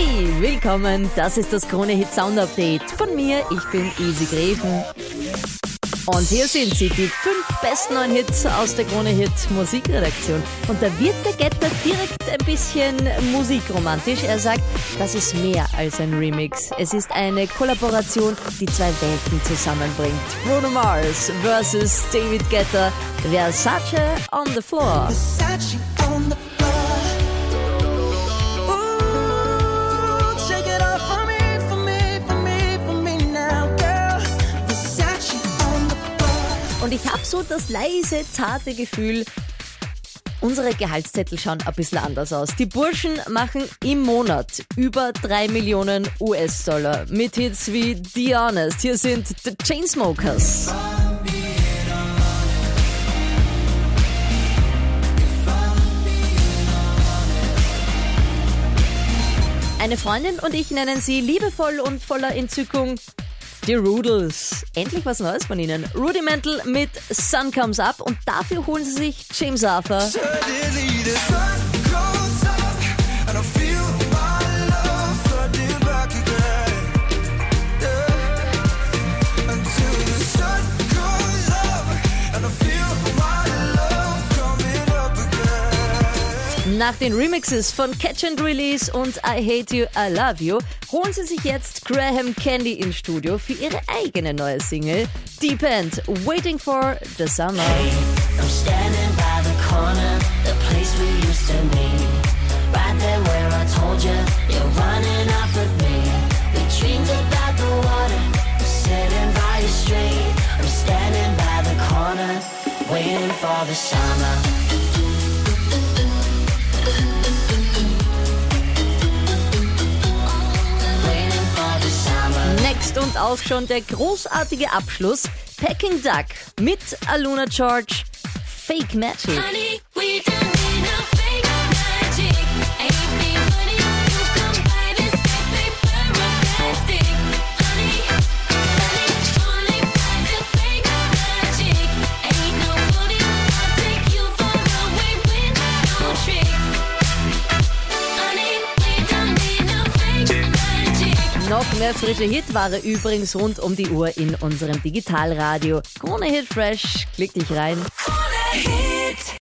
Hey, willkommen, das ist das Krone-Hit Sound Update von mir, ich bin Easy Greven. Und hier sind sie, die 5 besten neuen Hits aus der Krone-Hit Musikredaktion. Und da wird der Getter direkt ein bisschen musikromantisch. Er sagt, das ist mehr als ein Remix. Es ist eine Kollaboration, die 2 Welten zusammenbringt. Bruno Mars versus David Guetta, Versace on the Floor. Versace on the floor. Ooh, shake it off for me now, girl. Versace on the floor. Und ich habe so das leise, zarte Gefühl, unsere Gehaltszettel schauen ein bisschen anders aus. Die Burschen machen im Monat über 3 Millionen US-Dollar mit Hits wie The Honest. Hier sind The Chainsmokers. Eine Freundin und ich nennen sie liebevoll und voller Entzückung die Rudels. Endlich was Neues von ihnen. Rudimental mit Sun Comes Up und dafür holen sie sich James Arthur. Suddenly the sun goes up and I feel my love flooding back again. Yeah. Until the sun goes up and I feel my love coming up again. Nach den Remixes von Catch and Release und I Hate You, I Love You holen sie sich jetzt Graham Candy ins Studio für ihre eigene neue Single Deep End, Waiting for the Summer. I'm standing by the corner, the place we used to meet. Right there where I told you, you're running off with me. We dreamed about the water, sitting by your street. I'm standing by the corner, waiting for the summer. Waiting for the summer. Next und auch schon der großartige Abschluss, Peking Duck mit Aluna George, Fake Magic. Honey, we don't need no fake magic. Ain't me money, you come buy this paper or plastic. Honey, only buy the fake magic. Ain't no money, I'll take you far away with no tricks. Honey, we don't need no fake magic. Noch mehr frische Hitware übrigens rund um die Uhr in unserem Digitalradio. Krone Hit Fresh, klick dich rein. Krone Hit.